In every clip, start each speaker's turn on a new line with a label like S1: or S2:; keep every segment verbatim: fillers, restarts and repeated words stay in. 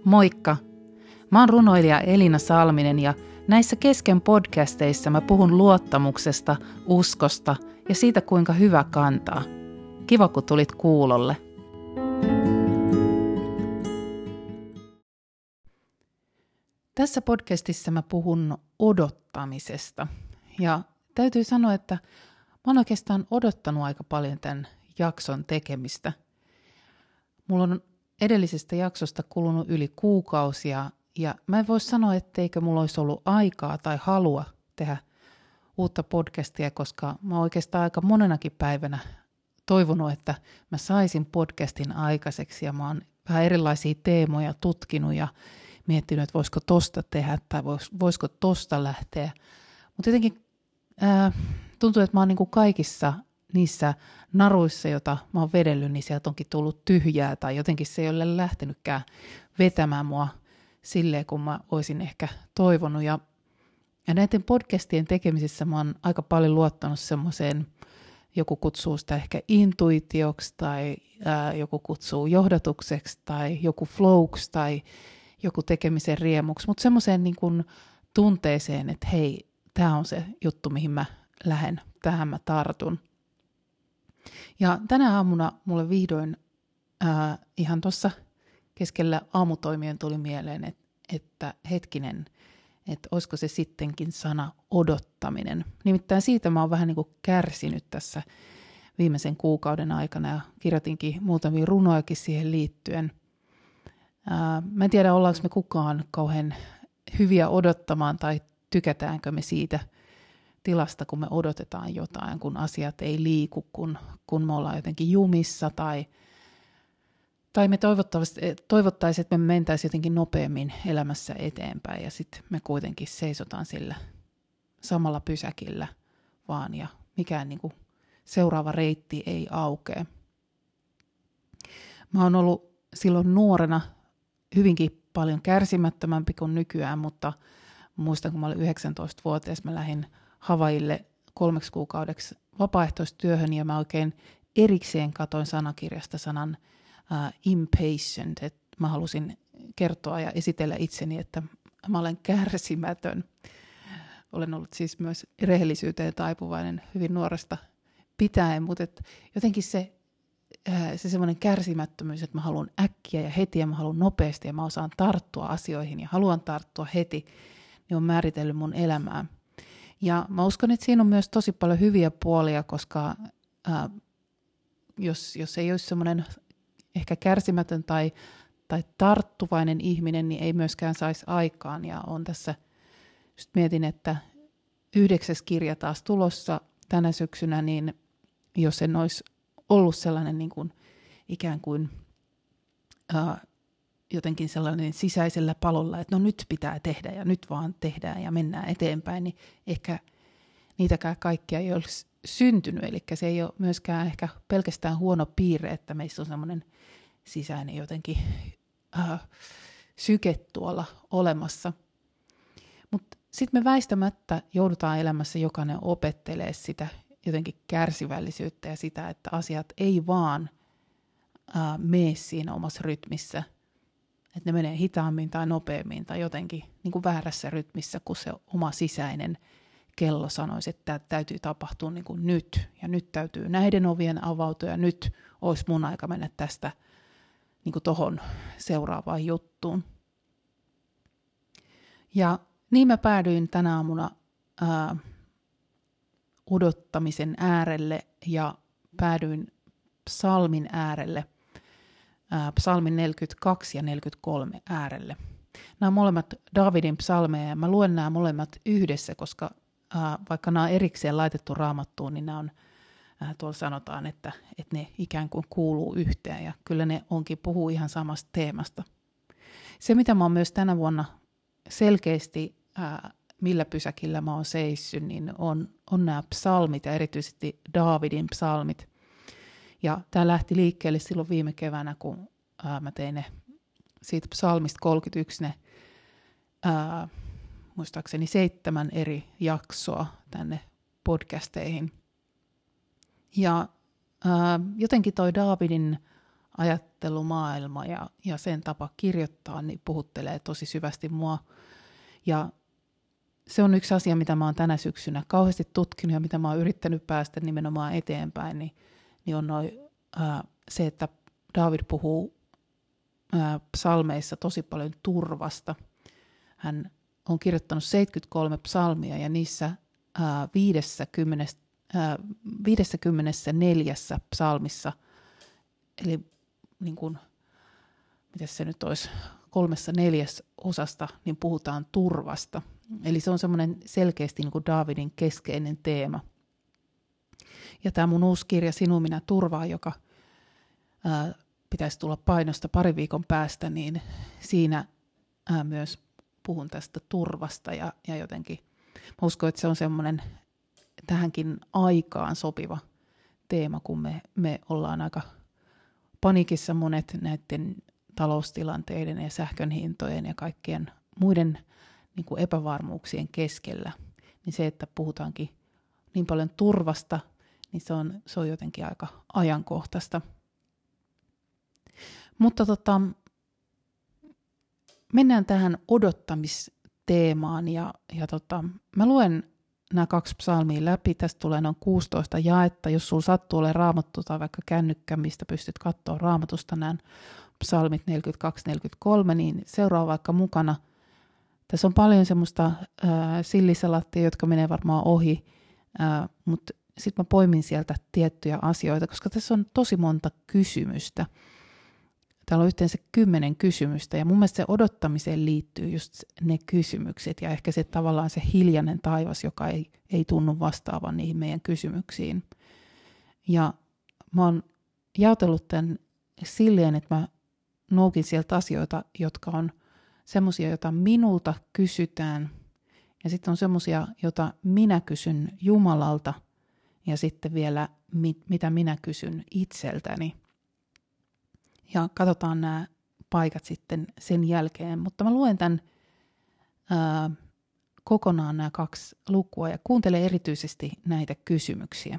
S1: Moikka! Mä oon runoilija Elina Salminen ja näissä kesken podcasteissa mä puhun luottamuksesta, uskosta ja siitä kuinka hyvä kantaa. Kiva kun tulit kuulolle. Tässä podcastissa mä puhun odottamisesta ja täytyy sanoa, että mä oon oikeastaan odottanut aika paljon tämän jakson tekemistä. Mulla on edellisestä jaksosta kulunut yli kuukausia ja mä en voi sanoa, etteikö mulla olisi ollut aikaa tai halua tehdä uutta podcastia, koska mä oon oikeastaan aika monenakin päivänä toivonut, että mä saisin podcastin aikaiseksi ja mä oon vähän erilaisia teemoja tutkinut ja miettinyt, että voisiko tosta tehdä tai vois, voisiko tosta lähteä. Mutta jotenkin ää, tuntuu, että mä oon niinku kaikissa niissä naruissa, joita mä oon vedellyt, niin sieltä onkin tullut tyhjää tai jotenkin se ei ole lähtenytkään vetämään mua silleen, kun mä olisin ehkä toivonut. Ja, ja näiden podcastien tekemisessä mä oon aika paljon luottanut semmoiseen, joku kutsuu sitä ehkä intuitioksi tai ää, joku kutsuu johdatukseksi tai joku flowksi tai joku tekemisen riemuksi, mutta semmoiseen niin kuin tunteeseen, että hei, tämä on se juttu, mihin mä lähden, tähän mä tartun. Ja tänä aamuna mulle vihdoin ää, ihan tuossa keskellä aamutoimien tuli mieleen, et, että hetkinen, että olisiko se sittenkin sana odottaminen. Nimittäin siitä mä oon vähän niin kuin kärsinyt tässä viimeisen kuukauden aikana ja kirjoitinkin muutamia runojakin siihen liittyen. Ää, mä en tiedä, ollaanko me kukaan kauhean hyviä odottamaan tai tykätäänkö me siitä tilasta, kun me odotetaan jotain, kun asiat ei liiku, kun, kun me ollaan jotenkin jumissa tai, tai me toivottaisiin, että me mentäisiin jotenkin nopeammin elämässä eteenpäin ja sitten me kuitenkin seisotaan sillä samalla pysäkillä vaan ja mikään niin kuin seuraava reitti ei aukea. Mä oon ollut silloin nuorena hyvinkin paljon kärsimättömämpi kuin nykyään, mutta muistan, kun mä olin yhdeksäntoistavuotias, mä lähdin Havaille kolmeksi kuukaudeksi vapaaehtoistyöhön ja mä oikein erikseen katoin sanakirjasta sanan uh, impatient, että mä halusin kertoa ja esitellä itseni, että mä olen kärsimätön. Olen ollut siis myös rehellisyyteen taipuvainen hyvin nuoresta pitäen, mutta et jotenkin se, uh, se semmoinen kärsimättömyys, että mä haluan äkkiä ja heti ja mä haluan nopeasti ja mä osaan tarttua asioihin ja haluan tarttua heti, niin on määritellyt mun elämää. Ja mä uskon, että siinä on myös tosi paljon hyviä puolia, koska ää, jos, jos ei olisi semmoinen ehkä kärsimätön tai, tai tarttuvainen ihminen, niin ei myöskään saisi aikaan. Ja on tässä, just mietin, että yhdeksäs kirja taas tulossa tänä syksynä, niin jos en olisi ollut sellainen niin kuin, ikään kuin ää, jotenkin sellainen sisäisellä palolla, että no nyt pitää tehdä ja nyt vaan tehdään ja mennään eteenpäin, niin ehkä niitäkään kaikkia ei olisi syntynyt. Eli se ei ole myöskään ehkä pelkästään huono piirre, että meissä on sellainen sisäinen jotenkin äh, syke tuolla olemassa. Mutta sitten me väistämättä joudutaan elämässä jokainen opettelee sitä jotenkin kärsivällisyyttä ja sitä, että asiat ei vaan äh, mene siinä omassa rytmissä, että ne menee hitaammin tai nopeammin tai jotenkin niin kuin väärässä rytmissä, kun se oma sisäinen kello sanoisi, että tämä täytyy tapahtua niin kuin nyt. Ja nyt täytyy näiden ovien avautua ja nyt olisi mun aika mennä tästä niin kuin tohon seuraavaan juttuun. Ja niin mä päädyin tänä aamuna ää, odottamisen äärelle ja päädyin psalmin äärelle. Psalmin neljäkymmentäkaksi ja neljäkymmentäkolme äärelle. Nämä on molemmat Daavidin psalmeja ja mä luen nämä molemmat yhdessä, koska äh, vaikka nämä on erikseen laitettu Raamattuun, niin nämä on, äh, tuolla sanotaan, että, että ne ikään kuin kuuluu yhteen ja kyllä ne onkin puhuu ihan samasta teemasta. Se, mitä mä oon myös tänä vuonna selkeästi, äh, millä pysäkillä mä oon seissyt, niin on, on nämä psalmit ja erityisesti Daavidin psalmit. Ja tämä lähti liikkeelle silloin viime keväänä, kun ää, mä tein ne siitä psalmista kolmekymmentäyksi ne, ää, muistaakseni seitsemän eri jaksoa tänne podcasteihin. Ja ää, jotenkin toi Daavidin ajattelumaailma ja, ja sen tapa kirjoittaa niin puhuttelee tosi syvästi mua. Ja se on yksi asia, mitä mä oon tänä syksynä kauheasti tutkinut ja mitä mä oon yrittänyt päästä nimenomaan eteenpäin, niin, niin on noi, ää, se, että Daavid puhuu ää, psalmeissa tosi paljon turvasta. Hän on kirjoittanut seitsemänkymmentäkolme psalmia ja niissä ää, viisikymmentäneljä psalmissa, eli niin kuin, miten se nyt olisi, kolmessa neljäs osasta, niin puhutaan turvasta. Eli se on semmoinen selkeästi niin kuin Daavidin keskeinen teema. Ja tämä mun uusi kirja Sinun minä turvaan, joka ää, pitäisi tulla painosta pari viikon päästä, niin siinä ää, myös puhun tästä turvasta ja, ja jotenkin mä uskon, että se on semmoinen tähänkin aikaan sopiva teema, kun me, me ollaan aika panikissa monet näiden taloustilanteiden ja sähkön hintojen ja kaikkien muiden niin kuin epävarmuuksien keskellä. Niin se, että puhutaankin niin paljon turvasta, niin se on, se on jotenkin aika ajankohtaista. Mutta tota, mennään tähän odottamisteemaan ja, ja tota, mä luen nämä kaksi psalmia läpi. Tästä tulee noin kuusitoista jaetta. Jos sulla sattuu olemaan raamattu tai vaikka kännykkä, mistä pystyt katsoa raamatusta nämä psalmit neljäkymmentäkaksi neljäkymmentäkolme, niin seuraa vaikka mukana. Tässä on paljon semmoista ää, sillisalattia, jotka menee varmaan ohi, ää, mutta sitten mä poimin sieltä tiettyjä asioita, koska tässä on tosi monta kysymystä. Täällä on yhteensä kymmenen kysymystä ja mun mielestä se odottamiseen liittyy just ne kysymykset ja ehkä se tavallaan se hiljainen taivas, joka ei, ei tunnu vastaavan niihin meidän kysymyksiin. Ja mä oon jaotellut tämän silleen, että mä noukin sieltä asioita, jotka on semmoisia, joita minulta kysytään ja sitten on semmoisia, joita minä kysyn Jumalalta ja sitten vielä mit, mitä minä kysyn itseltäni. Ja katsotaan nämä paikat sitten sen jälkeen, mutta mä luen tämän ää, kokonaan nämä kaksi lukua ja kuuntele erityisesti näitä kysymyksiä.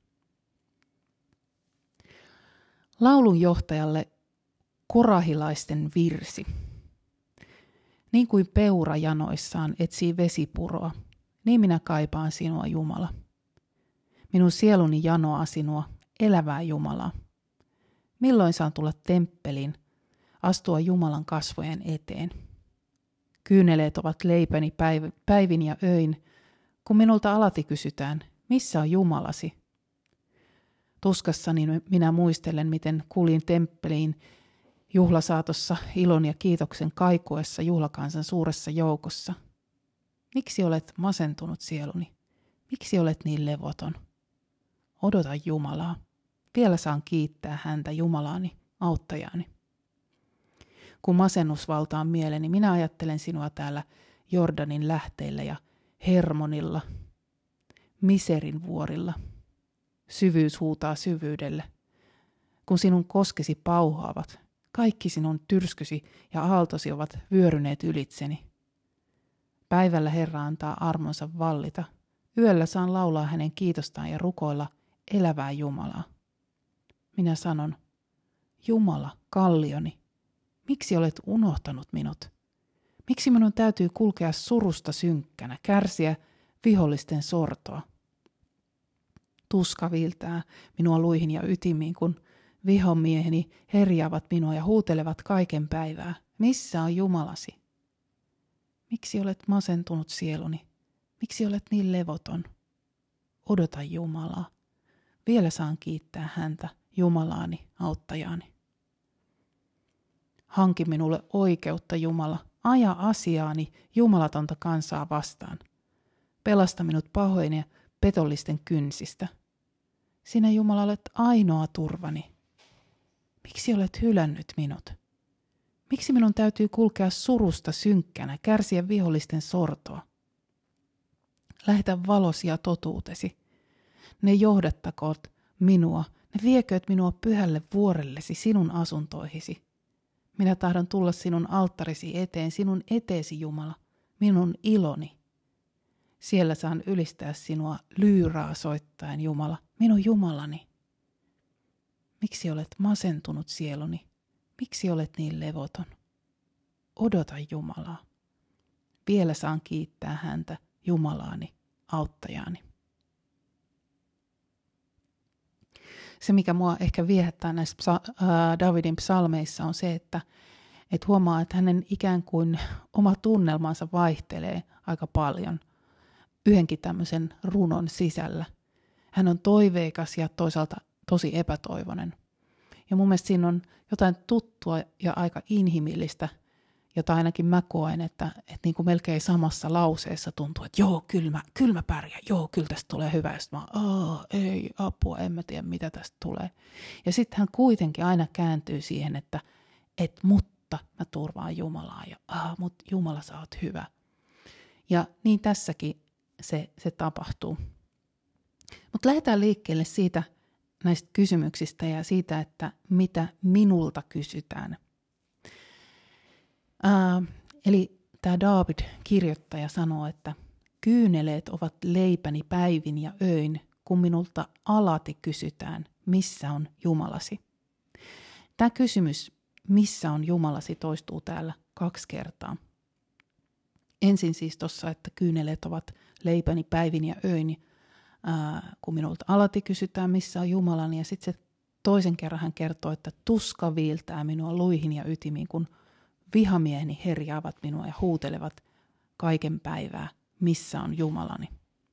S1: Laulunjohtajalle korahilaisten virsi. Niin kuin peura janoissaan etsii vesipuroa, niin minä kaipaan sinua, Jumala. Minun sieluni janoaa sinua, elävää Jumalaa. Milloin saan tulla temppeliin, astua Jumalan kasvojen eteen? Kyyneleet ovat leipäni päiv- päivin ja öin, kun minulta alati kysytään, missä on Jumalasi? Tuskassani minä muistelen, miten kuljin temppeliin juhlasaatossa ilon ja kiitoksen kaikuessa juhlakansan suuressa joukossa. Miksi olet masentunut sieluni? Miksi olet niin levoton? Odota Jumalaa. Vielä saan kiittää häntä, Jumalaani, auttajaani. Kun masennus valtaa mieleni, minä ajattelen sinua täällä Jordanin lähteillä ja Hermonilla, Miserin vuorilla. Syvyys huutaa syvyydelle. Kun sinun koskesi pauhaavat, kaikki sinun tyrskysi ja aaltosi ovat vyöryneet ylitseni. Päivällä Herra antaa armonsa vallita. Yöllä saan laulaa hänen kiitostaan ja rukoilla elävää Jumalaa. Minä sanon, Jumala, kallioni, miksi olet unohtanut minut? Miksi minun täytyy kulkea surusta synkkänä, kärsiä vihollisten sortoa? Tuska viiltää minua luihin ja ytimiin, kun vihomieheni herjaavat minua ja huutelevat kaiken päivää. Missä on Jumalasi? Miksi olet masentunut sieluni? Miksi olet niin levoton? Odota Jumalaa. Vielä saan kiittää häntä, Jumalaani, auttajaani. Hanki minulle oikeutta, Jumala. Aja asiaani jumalatonta kansaa vastaan. Pelasta minut pahojen ja petollisten kynsistä. Sinä, Jumala, olet ainoa turvani. Miksi olet hylännyt minut? Miksi minun täytyy kulkea surusta synkkänä, kärsiä vihollisten sortoa? Lähetä valosi ja totuutesi. Ne johdattakoot minua, ne viekööt minua pyhälle vuorellesi, sinun asuntoihisi. Minä tahdon tulla sinun alttarisi eteen, sinun eteesi, Jumala, minun iloni. Siellä saan ylistää sinua lyyraa soittaen, Jumala, minun Jumalani. miksi olet masentunut sieluni? Miksi olet niin levoton? Odota Jumalaa. Vielä saan kiittää häntä, Jumalaani, auttajaani. Se, mikä mua ehkä viehättää näissä psa- äh, Davidin psalmeissa, on se, että et huomaa, että hänen ikään kuin oma tunnelmansa vaihtelee aika paljon yhdenkin tämmöisen runon sisällä. Hän on toiveikas ja toisaalta tosi epätoivoinen. Ja mun mielestä siinä on jotain tuttua ja aika inhimillistä, jota ainakin mä koen, että, että niin kuin melkein samassa lauseessa tuntuu, että joo, kyllä mä, kyllä mä pärjään, joo, kyllä tästä tulee hyvä. Ja sitten mä, aa, ei, apua, en mä tiedä, mitä tästä tulee. Ja sitten hän kuitenkin aina kääntyy siihen, että et, mutta mä turvaan Jumalaa ja aa, mut Jumala, sä oot hyvä. Ja niin tässäkin se, se tapahtuu. Mutta lähdetään liikkeelle siitä näistä kysymyksistä ja siitä, että mitä minulta kysytään. Ää, eli tämä David, kirjoittaja, sanoo, että kyyneleet ovat leipäni päivin ja öin, kun minulta alati kysytään, missä on Jumalasi. Tämä kysymys, missä on Jumalasi, toistuu täällä kaksi kertaa. Ensin siis tuossa, että kyyneleet ovat leipäni päivin ja öin, ää, kun minulta alati kysytään, missä on Jumalani. Ja sitten se toisen kerran hän kertoo, että tuska viiltää minua luihin ja ytimiin, kun vihamieheni herjaavat minua ja huutelevat kaiken päivää, missä on Jumalani.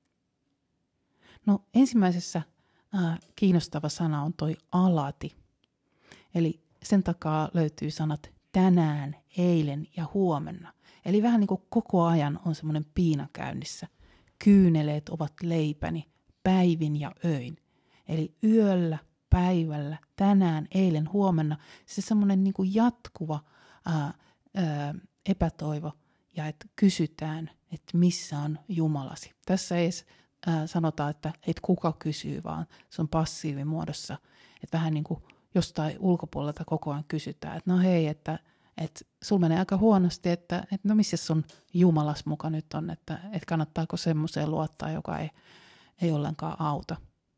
S1: No ensimmäisessä ää, kiinnostava sana on toi alati. Eli sen takaa löytyy sanat tänään, eilen ja huomenna. Eli vähän niin kuin koko ajan on semmoinen piina käynnissä. Kyyneleet ovat leipäni päivin ja öin. Eli yöllä, päivällä, tänään, eilen, huomenna. Se semmoinen niin kuin jatkuva ää, ää, epätoivo ja että kysytään, että missä on Jumalasi. Tässä ei edes ää, sanota, että et kuka kysyy, vaan se on passiivimuodossa. Että vähän niin kuin jostain ulkopuolelta koko ajan kysytään, että no hei, että että sulla menee aika huonosti, että, että no missä sun Jumalas muka nyt on, että, että kannattaako semmoiseen luottaa, joka ei, ei ollenkaan auta.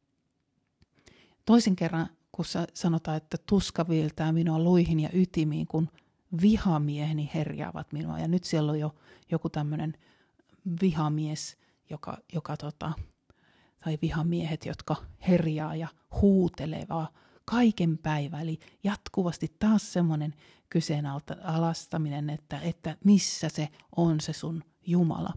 S1: Toisen kerran, kun sanotaan, että tuska viiltää minua luihin ja ytimiin, kun vihamieheni herjaavat minua. Ja nyt siellä on jo joku tämmöinen vihamies, joka, joka tota, tai vihamiehet, jotka herjaa ja huutelevaa kaiken päivä. Eli jatkuvasti taas semmoinen kyseenalaistaminen, että, että missä se on se sun Jumala.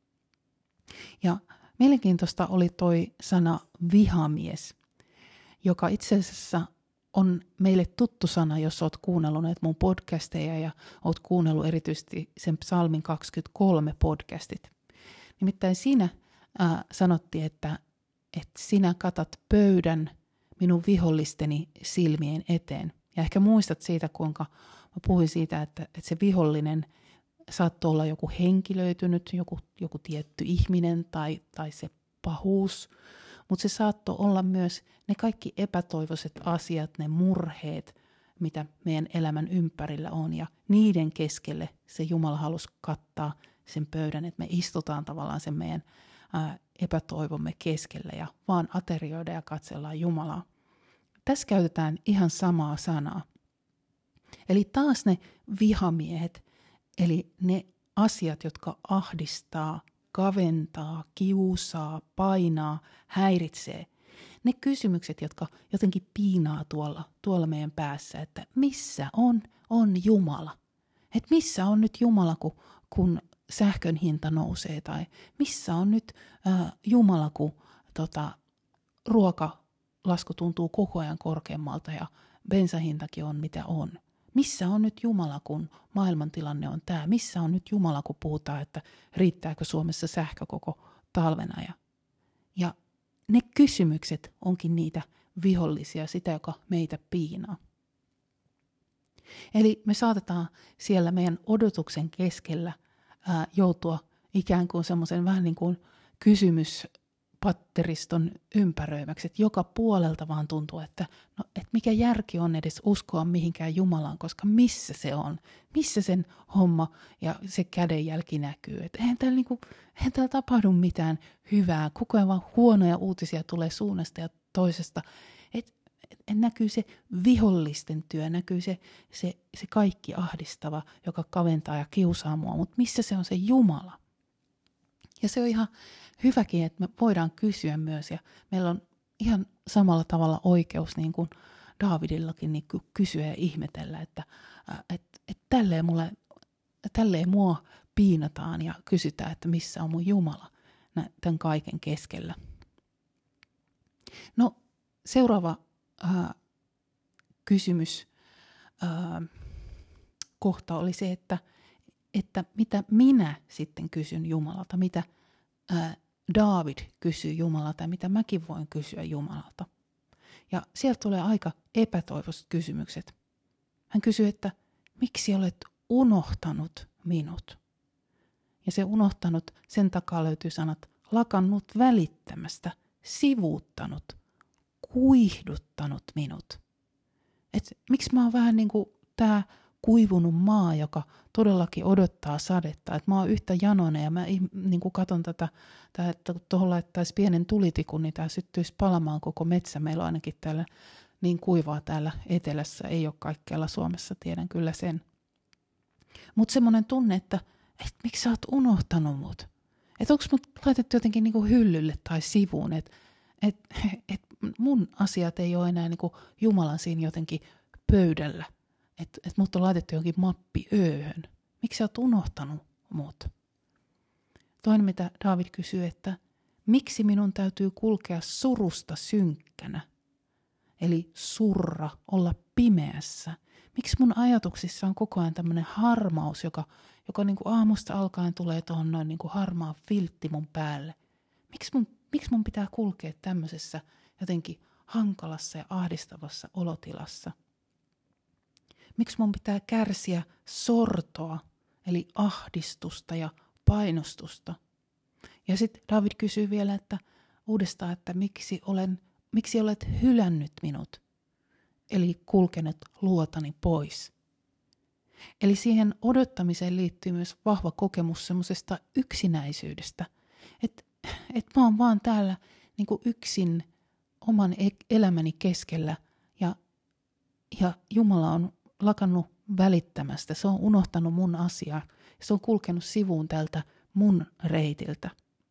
S1: Ja mielenkiintoista oli toi sana vihamies, joka itse asiassa on meille tuttu sana, jos oot kuunnellut näitä mun podcasteja ja oot kuunnellut erityisesti sen Psalmin kaksikymmentäkolme podcastit. Nimittäin siinä ää, sanottiin, että, että sinä katat pöydän minun vihollisteni silmien eteen. Ja ehkä muistat siitä, kuinka mä puhuin siitä, että, että se vihollinen saattoi olla joku henkilöitynyt, joku, joku tietty ihminen tai, tai se pahuus, mutta se saattoi olla myös ne kaikki epätoivoiset asiat, ne murheet, mitä meidän elämän ympärillä on. Ja niiden keskelle se Jumala halusi kattaa sen pöydän, että me istutaan tavallaan sen meidän ää, epätoivomme keskelle ja vaan aterioida ja katsellaan Jumalaa. Tässä käytetään ihan samaa sanaa. Eli taas ne vihamiehet, eli ne asiat, jotka ahdistaa, kaventaa, kiusaa, painaa, häiritsee. Ne kysymykset, jotka jotenkin piinaa tuolla, tuolla meidän päässä, että missä on, on Jumala? Että missä on nyt Jumala, kun, kun sähkön hinta nousee? Tai missä on nyt äh, Jumala, kun tota, ruokalasku tuntuu koko ajan korkeammalta ja bensahintakin on mitä on? Missä on nyt Jumala, kun maailmantilanne on tämä? Missä on nyt Jumala, kun puhutaan, että riittääkö Suomessa sähkö koko talvena? Ja, ja ne kysymykset onkin niitä vihollisia, sitä, joka meitä piinaa. Eli me saatetaan siellä meidän odotuksen keskellä ää, joutua ikään kuin semmoisen vähän niin kuin kysymyspatteriston ympäröimäksi, että joka puolelta vaan tuntuu, että no, et mikä järki on edes uskoa mihinkään Jumalaan, koska missä se on, missä sen homma ja se kädenjälki näkyy. Että eihän täällä, niinku, eihän täällä tapahdu mitään hyvää, koko ajan vaan huonoja uutisia tulee suunnasta ja toisesta. Et, et, näkyy se vihollisten työ, näkyy se, se, se kaikki ahdistava, joka kaventaa ja kiusaa mua, mutta missä se on se Jumala? Ja se on ihan hyväkin, että me voidaan kysyä myös, ja meillä on ihan samalla tavalla oikeus, niin kuin Daavidillakin, niin kysyä ja ihmetellä, että et, et tälleen, mulle, tälleen mua piinataan ja kysytään, että missä on mun Jumala tämän kaiken keskellä. No seuraava äh, kysymys äh, kohta oli se, että, että mitä minä sitten kysyn Jumalalta, mitä äh, Daavid kysyy Jumalalta ja mitä mäkin voin kysyä Jumalalta. Ja sieltä tulee aika epätoivoiset kysymykset. Hän kysyy, että miksi olet unohtanut minut? Ja se unohtanut, sen takaa löytyy sanat lakannut välittämästä, sivuuttanut, kuihduttanut minut. Et miksi mä oon vähän niin kuin tää kuivunut maa, joka todellakin odottaa sadetta. Et mä oon yhtä janoinen ja mä niin kuin katon tätä, tää, että kun tuohon laittaisi pienen tulitikun, niin tää syttyisi palamaan koko metsä. Meillä on ainakin täällä niin kuivaa täällä etelässä, ei ole kaikkialla Suomessa, tiedän kyllä sen. Mutta semmoinen tunne, että et, miksi sä oot unohtanut mut? Että onko mut laitettu jotenkin niinku hyllylle tai sivuun, että et, et mun asiat ei ole enää niinku Jumalan siinä jotenkin pöydällä. Että et mut on laitettu johonkin mappi ööhön. Miksi sä oot unohtanut mut? Toinen, mitä Daavid kysyy, että miksi minun täytyy kulkea surusta synkkänä? Eli surra, olla pimeässä. Miksi mun ajatuksissa on koko ajan tämmöinen harmaus, joka, joka niin kuin aamusta alkaen tulee tuohon noin niin kuin harmaa filtti mun päälle? Miksi mun, miksi mun pitää kulkea tämmöisessä jotenkin hankalassa ja ahdistavassa olotilassa? Miksi mun pitää kärsiä sortoa, eli ahdistusta ja painostusta? Ja sitten Daavid kysyy vielä, että uudestaan, että miksi, olen, miksi olet hylännyt minut? Eli kulkenut luotani pois. Eli siihen odottamiseen liittyy myös vahva kokemus semmoisesta yksinäisyydestä. Että et mä oon vaan täällä niin kuin yksin oman elämäni keskellä ja, ja Jumala on lakannut välittämästä. Se on unohtanut mun asiaa. Se on kulkenut sivuun tältä mun reitiltä.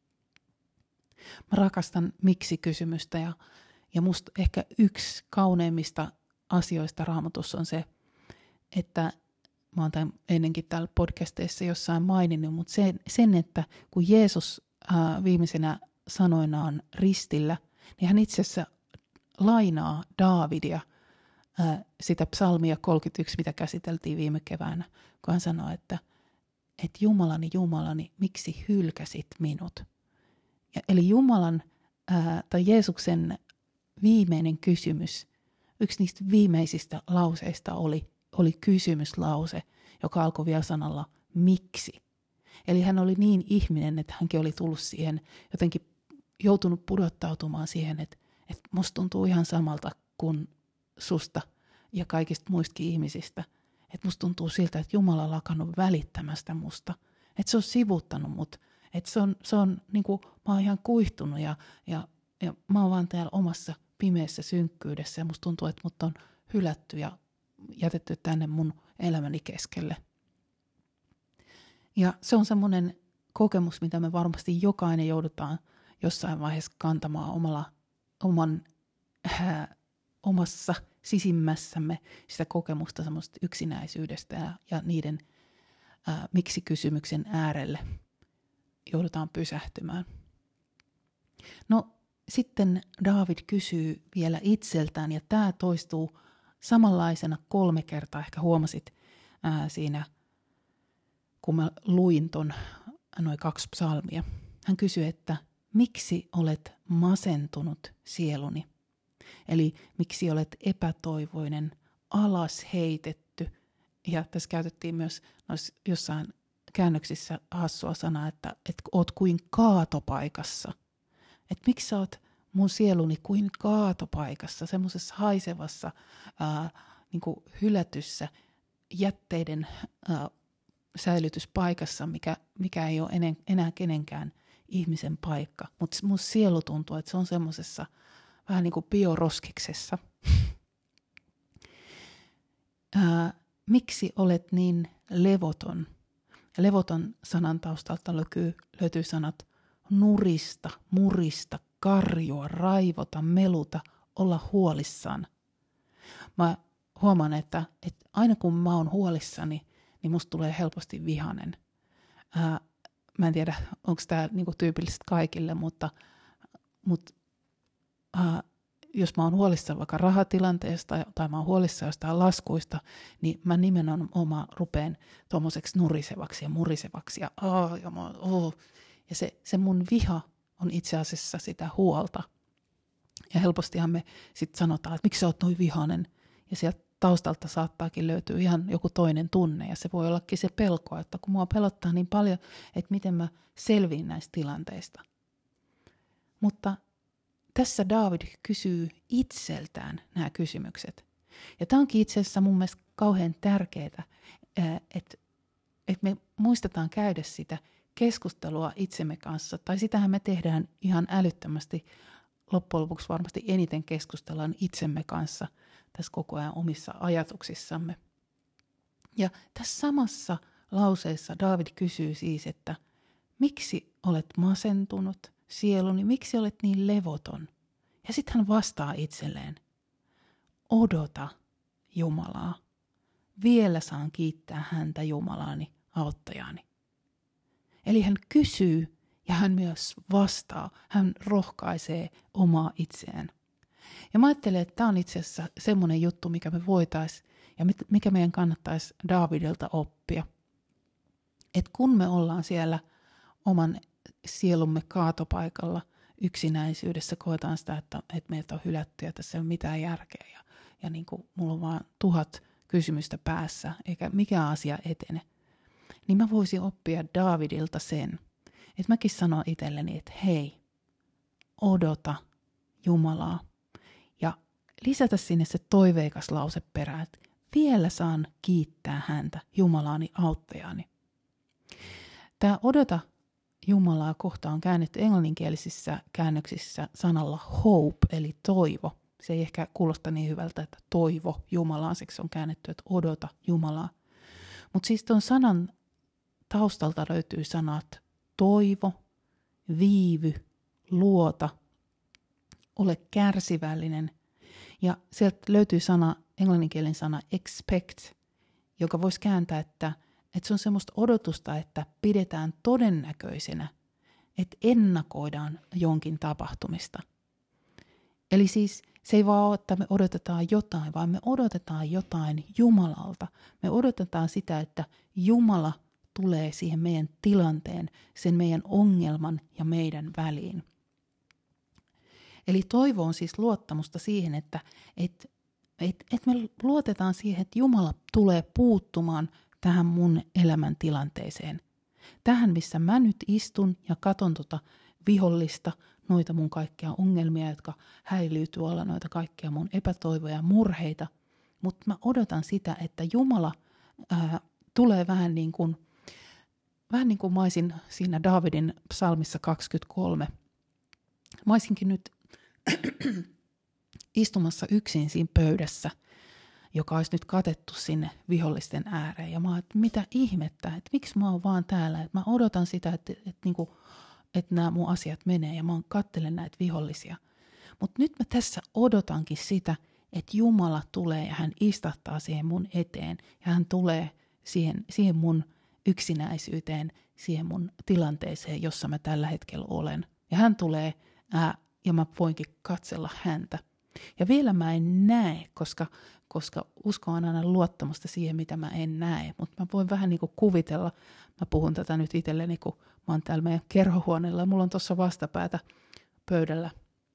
S1: Mä rakastan miksi-kysymystä ja, ja musta ehkä yksi kauneimmista asioista Raamatussa on se, että mä oon tämän ennenkin täällä podcasteissa jossain maininnut, mutta sen, sen että kun Jeesus ää, viimeisenä sanoinaan ristillä, niin hän itse asiassa lainaa Daavidia, ää, sitä psalmia kolmekymmentäyksi, mitä käsiteltiin viime keväänä, kun hän sanoi, että et Jumalani, Jumalani, miksi hylkäsit minut? Ja, eli Jumalan ää, tai Jeesuksen viimeinen kysymys, yksi niistä viimeisistä lauseista oli, oli kysymyslause, joka alkoi vielä sanalla miksi. Eli hän oli niin ihminen, että hänkin oli tullut siihen, jotenkin joutunut pudottautumaan siihen, että, että musta tuntuu ihan samalta kuin susta ja kaikista muistakin ihmisistä. Että musta tuntuu siltä, että Jumala on lakannut välittämästä musta. Että se on sivuttanut mut. Että se on, se on niin kuin, mä oon ihan kuihtunut ja, ja, ja mä oon vaan täällä omassa pimeässä synkkyydessä ja musta tuntuu, että mut on hylätty ja jätetty tänne mun elämäni keskelle. Ja se on semmoinen kokemus, mitä me varmasti jokainen joudutaan jossain vaiheessa kantamaan omalla, oman, äh, omassa sisimmässämme sitä kokemusta semmoista yksinäisyydestä ja, ja niiden äh, miksi-kysymyksen äärelle joudutaan pysähtymään. No sitten Daavid kysyy vielä itseltään ja tämä toistuu samanlaisena kolme kertaa. Ehkä huomasit ää, siinä, kun mä luin ton noin kaksi psalmia. Hän kysyy, että miksi olet masentunut sieluni? Eli miksi olet epätoivoinen, alas heitetty? Ja tässä käytettiin myös jossain käännöksissä hassua sanaa, että, että oot kuin kaatopaikassa. Että miksi sä oot mun sieluni kuin kaatopaikassa, semmoisessa haisevassa, ää, niin kuin hylätyssä jätteiden ää, säilytyspaikassa, mikä, mikä ei ole enää, enää kenenkään ihmisen paikka. Mutta mun sielu tuntuu, että se on semmoisessa vähän niin kuin bioroskiksessa. ää, miksi olet niin levoton? Ja levoton sanan taustalta löytyy, löytyy sanat nurista, murista, karjua, raivota, meluta, olla huolissaan. Mä huomaan, että, että aina kun mä oon huolissani, niin musta tulee helposti vihanen. Ää, mä en tiedä, onko tämä niinku tyypillistä kaikille, mutta, mutta ää, jos mä oon huolissaan vaikka rahatilanteesta tai mä oon huolissaan jostain laskuista, niin mä nimenomaan rupeen tuommoiseksi nurisevaksi ja murisevaksi ja, oh, ja, mä, oh. ja se, se mun viha on itse asiassa sitä huolta. Ja helpostihan me sitten sanotaan, että miksi sä oot noin vihainen, ja sieltä taustalta saattaakin löytyä ihan joku toinen tunne, ja se voi ollakin se pelko, että kun mua pelottaa niin paljon, että miten mä selviin näistä tilanteista. Mutta tässä Daavid kysyy itseltään nämä kysymykset. Ja tämä onkin itse asiassa mun mielestä kauhean tärkeää, että, että me muistetaan käydä sitä keskustelua itsemme kanssa, tai sitähän me tehdään ihan älyttömästi. Loppujen lopuksi varmasti eniten keskustellaan itsemme kanssa tässä koko ajan omissa ajatuksissamme. Ja tässä samassa lauseessa Daavid kysyy siis, että miksi olet masentunut sieluni, miksi olet niin levoton? Ja sitten hän vastaa itselleen, odota Jumalaa, vielä saan kiittää häntä Jumalaani, auttajaani. Eli hän kysyy ja hän myös vastaa, hän rohkaisee omaa itseään. Ja mä ajattelen, että tämä on itse asiassa semmoinen juttu, mikä me voitaisiin ja mikä meidän kannattaisi Daavidilta oppia. Että kun me ollaan siellä oman sielumme kaatopaikalla yksinäisyydessä, koetaan sitä, että, että meiltä on hylätty ja tässä ei ole mitään järkeä ja, ja niin kuin mulla on vaan tuhat kysymystä päässä eikä mikään asia etene, niin mä voisin oppia Daavidilta sen, että mäkin sanon itselleni, että hei, odota Jumalaa ja lisätä sinne se toiveikas lause perään, että vielä saan kiittää häntä, Jumalaani, auttajani. Tämä odota Jumalaa kohta on käännetty englanninkielisissä käännöksissä sanalla hope, eli toivo. Se ei ehkä kuulosta niin hyvältä, että toivo Jumalaa, siksi on käännetty, että odota Jumalaa. Mutta siis tuon sanan taustalta löytyy sanat toivo, viivy, luota, ole kärsivällinen. Ja sieltä löytyy sana, englanninkielinen sana expect, joka voisi kääntää, että Että se on semmoista odotusta, että pidetään todennäköisenä, että ennakoidaan jonkin tapahtumista. Eli siis se ei vaan ole, että me odotetaan jotain, vaan me odotetaan jotain Jumalalta. Me odotetaan sitä, että Jumala tulee siihen meidän tilanteen, sen meidän ongelman ja meidän väliin. Eli toivo on siis luottamusta siihen, että et, et, et me luotetaan siihen, että Jumala tulee puuttumaan tähän mun elämäntilanteeseen. Tähän, missä mä nyt istun ja katon tota vihollista, noita mun kaikkia ongelmia, jotka häilyy tuolla, noita kaikkia mun epätoivoja ja murheita. Mutta mä odotan sitä, että Jumala ää, tulee vähän niin kuin, vähän niin kuin mä olisin siinä Daavidin psalmissa kaksikymmentäkolme. Mä olisinkin nyt istumassa yksin siinä pöydässä, joka olisi nyt katettu sinne vihollisten ääreen. Ja mä oon, että mitä ihmettä, että miksi mä oon vaan täällä, että mä odotan sitä, että, että, että, että, että nämä mun asiat menee ja mä katselen näitä vihollisia. Mutta nyt mä tässä odotankin sitä, että Jumala tulee ja hän istahtaa siihen mun eteen ja hän tulee siihen, siihen mun yksinäisyyteen, siihen mun tilanteeseen, jossa mä tällä hetkellä olen. Ja hän tulee ää, ja mä voinkin katsella häntä. Ja vielä mä en näe, koska, koska usko on aina luottamusta siihen, mitä mä en näe. Mutta mä voin vähän niin kuin kuvitella, mä puhun tätä nyt itselleni, kun mä oon täällä meidän kerhohuoneella ja mulla on tuossa vastapäätä pöydällä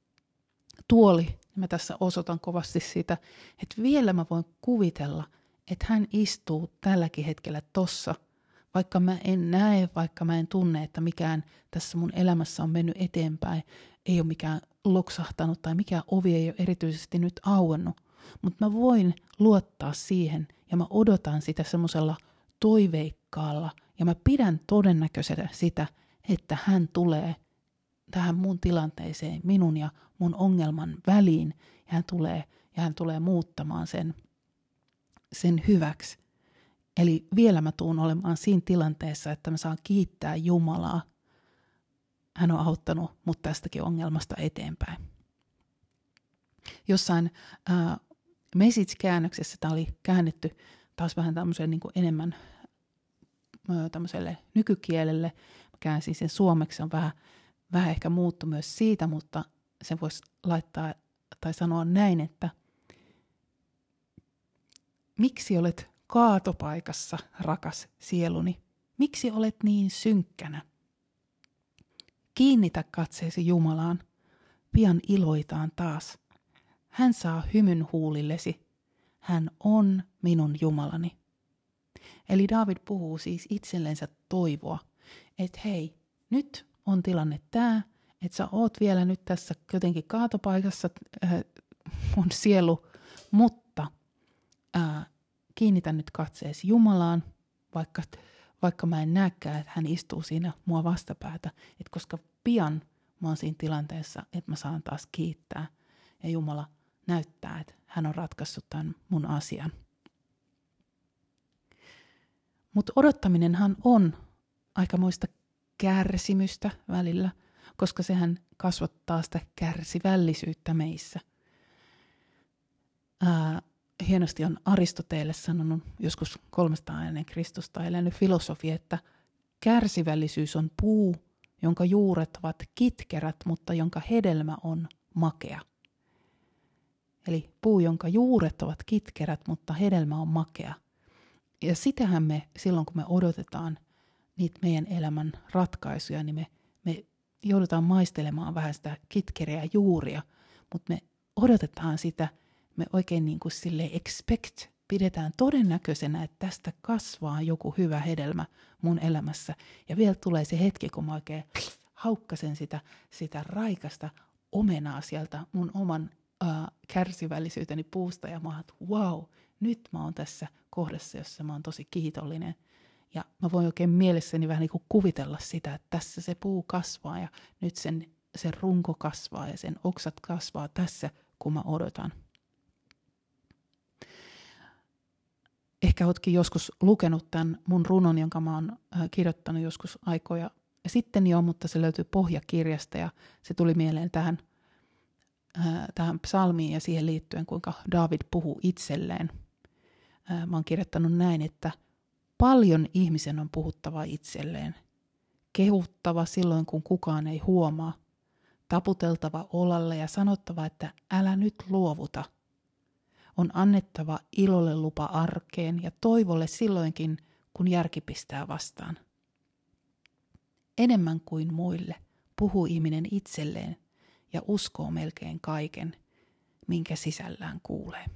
S1: tuoli. Mä tässä osoitan kovasti sitä, että vielä mä voin kuvitella, että hän istuu tälläkin hetkellä tossa, vaikka mä en näe, vaikka mä en tunne, että mikään tässä mun elämässä on mennyt eteenpäin, ei ole mikään loksahtanut tai mikään ovi ei ole erityisesti nyt auennut, mutta mä voin luottaa siihen ja mä odotan sitä semmoisella toiveikkaalla ja mä pidän todennäköisenä sitä, että hän tulee tähän mun tilanteeseen, minun ja mun ongelman väliin ja hän tulee, ja hän tulee muuttamaan sen. sen hyväksi. Eli vielä mä tuun olemaan siinä tilanteessa, että mä saan kiittää Jumalaa. Hän on auttanut mut tästäkin ongelmasta eteenpäin. Jossain äh, Message-käännöksessä tämä oli käännetty taas vähän tämmöiseen niin kuin enemmän äh, tämmöiselle nykykielelle. Mä käänsin sen suomeksi, se on vähän, vähän ehkä muuttu myös siitä, mutta sen voisi laittaa tai sanoa näin, että miksi olet kaatopaikassa, rakas sieluni? Miksi olet niin synkkänä? Kiinnitä katseesi Jumalaan, pian iloitaan taas. Hän saa hymyn huulillesi. Hän on minun Jumalani. Eli Daavid puhuu siis itsellensä toivoa, että hei, nyt on tilanne tämä, että sä oot vielä nyt tässä jotenkin kaatopaikassa, äh, mun sielu, mutta äh, kiinnitä nyt katseesi Jumalaan, vaikka, vaikka mä en näekään, että hän istuu siinä mua vastapäätä, että koska pian mä oon siinä tilanteessa, että mä saan taas kiittää ja Jumala näyttää, että hän on ratkaissut tämän mun asian. Mutta odottaminenhan on aikamoista kärsimystä välillä, koska sehän kasvattaa sitä kärsivällisyyttä meissä. Ää, hienosti on Aristoteles sanonut joskus kolmesataa ennen Kristusta elänyt filosofi, että kärsivällisyys on puu, jonka juuret ovat kitkerät, mutta jonka hedelmä on makea. Eli puu, jonka juuret ovat kitkerät, mutta hedelmä on makea. Ja sitähän me silloin, kun me odotetaan niitä meidän elämän ratkaisuja, niin me, me joudutaan maistelemaan vähän sitä kitkeriä juuria, mutta me odotetaan sitä, me oikein niin kuin silleen expect, pidetään todennäköisenä, että tästä kasvaa joku hyvä hedelmä mun elämässä. Ja vielä tulee se hetki, kun mä oikein haukkasen sitä, sitä raikasta omenaa sieltä mun oman äh, kärsivällisyyteni puusta. Ja mä oon, että wow, nyt mä oon tässä kohdassa, jossa mä oon tosi kiitollinen. Ja mä voin oikein mielessäni vähän niin kuin kuvitella sitä, että tässä se puu kasvaa ja nyt sen, sen runko kasvaa ja sen oksat kasvaa tässä, kun mä odotan. Ehkä ootkin joskus lukenut tämän mun runon, jonka mä oon kirjoittanut joskus aikoja sitten jo, mutta se löytyy Pohjakirjasta ja se tuli mieleen tähän, tähän psalmiin ja siihen liittyen, kuinka Daavid puhuu itselleen. Mä oon kirjoittanut näin, että paljon ihmisen on puhuttava itselleen, kehuttava silloin, kun kukaan ei huomaa, taputeltava olalle ja sanottava, että älä nyt luovuta. On annettava ilolle lupa arkeen ja toivolle silloinkin, kun järki pistää vastaan. Enemmän kuin muille puhuu ihminen itselleen ja uskoo melkein kaiken, minkä sisällään kuulee.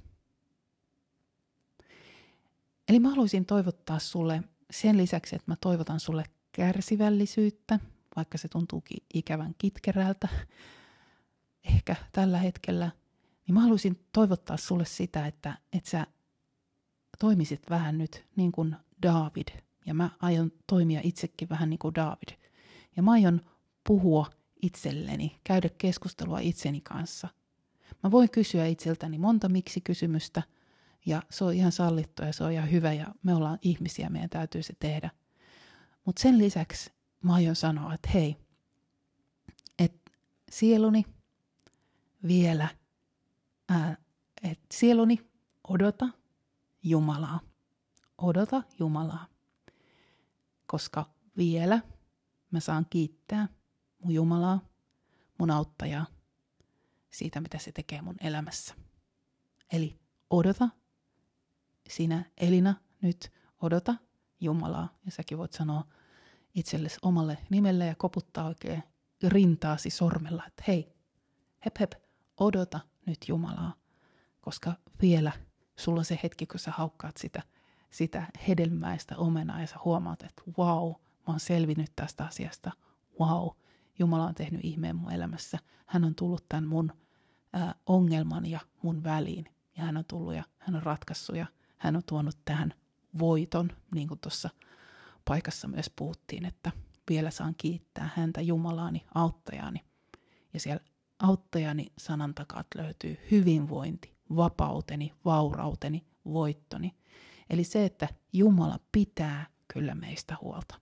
S1: Eli mä haluaisin toivottaa sulle sen lisäksi, että mä toivotan sulle kärsivällisyyttä, vaikka se tuntuukin ikävän kitkerältä ehkä tällä hetkellä, niin mä haluaisin toivottaa sulle sitä, että, että sä toimisit vähän nyt niin kuin Daavid. Ja mä aion toimia itsekin vähän niin kuin Daavid. Ja mä aion puhua itselleni, käydä keskustelua itseni kanssa. Mä voin kysyä itseltäni monta miksi-kysymystä, ja se on ihan sallittu ja se on ihan hyvä, ja me ollaan ihmisiä, meidän täytyy se tehdä. Mutta sen lisäksi mä aion sanoa, että hei, että sieluni vielä, että sieluni odota Jumalaa. Odota Jumalaa, koska vielä mä saan kiittää mun Jumalaa, mun auttajaa, siitä mitä se tekee mun elämässä. Eli odota sinä Elina nyt, odota Jumalaa. Ja säkin voit sanoa itsellesi omalle nimelle ja koputtaa oikein rintaasi sormella, että hei, hep hep, odota nyt Jumalaa, koska vielä sulla on se hetki, kun sä haukkaat sitä, sitä hedelmäistä omenaa ja sä huomaat, että wow, mä oon selvinnyt tästä asiasta, wow, Jumala on tehnyt ihmeen mun elämässä, hän on tullut tämän mun ää, ongelman ja mun väliin ja hän on tullut ja hän on ratkaissut ja hän on tuonut tähän voiton, niin kuin tuossa paikassa myös puhuttiin, että vielä saan kiittää häntä Jumalaani, auttajaani. Ja siellä auttajani sanan takaa löytyy hyvinvointi, vapauteni, vaurauteni, voittoni. Eli se, että Jumala pitää kyllä meistä huolta.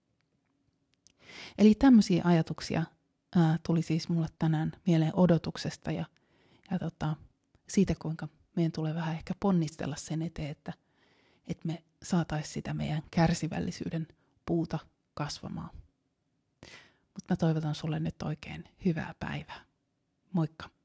S1: Eli tämmöisiä ajatuksia ää, tuli siis mulle tänään mieleen odotuksesta ja, ja tota, siitä, kuinka meidän tulee vähän ehkä ponnistella sen eteen, että, että me saataisiin sitä meidän kärsivällisyyden puuta kasvamaan. Mutta mä toivotan sulle nyt oikein hyvää päivää. Moikka!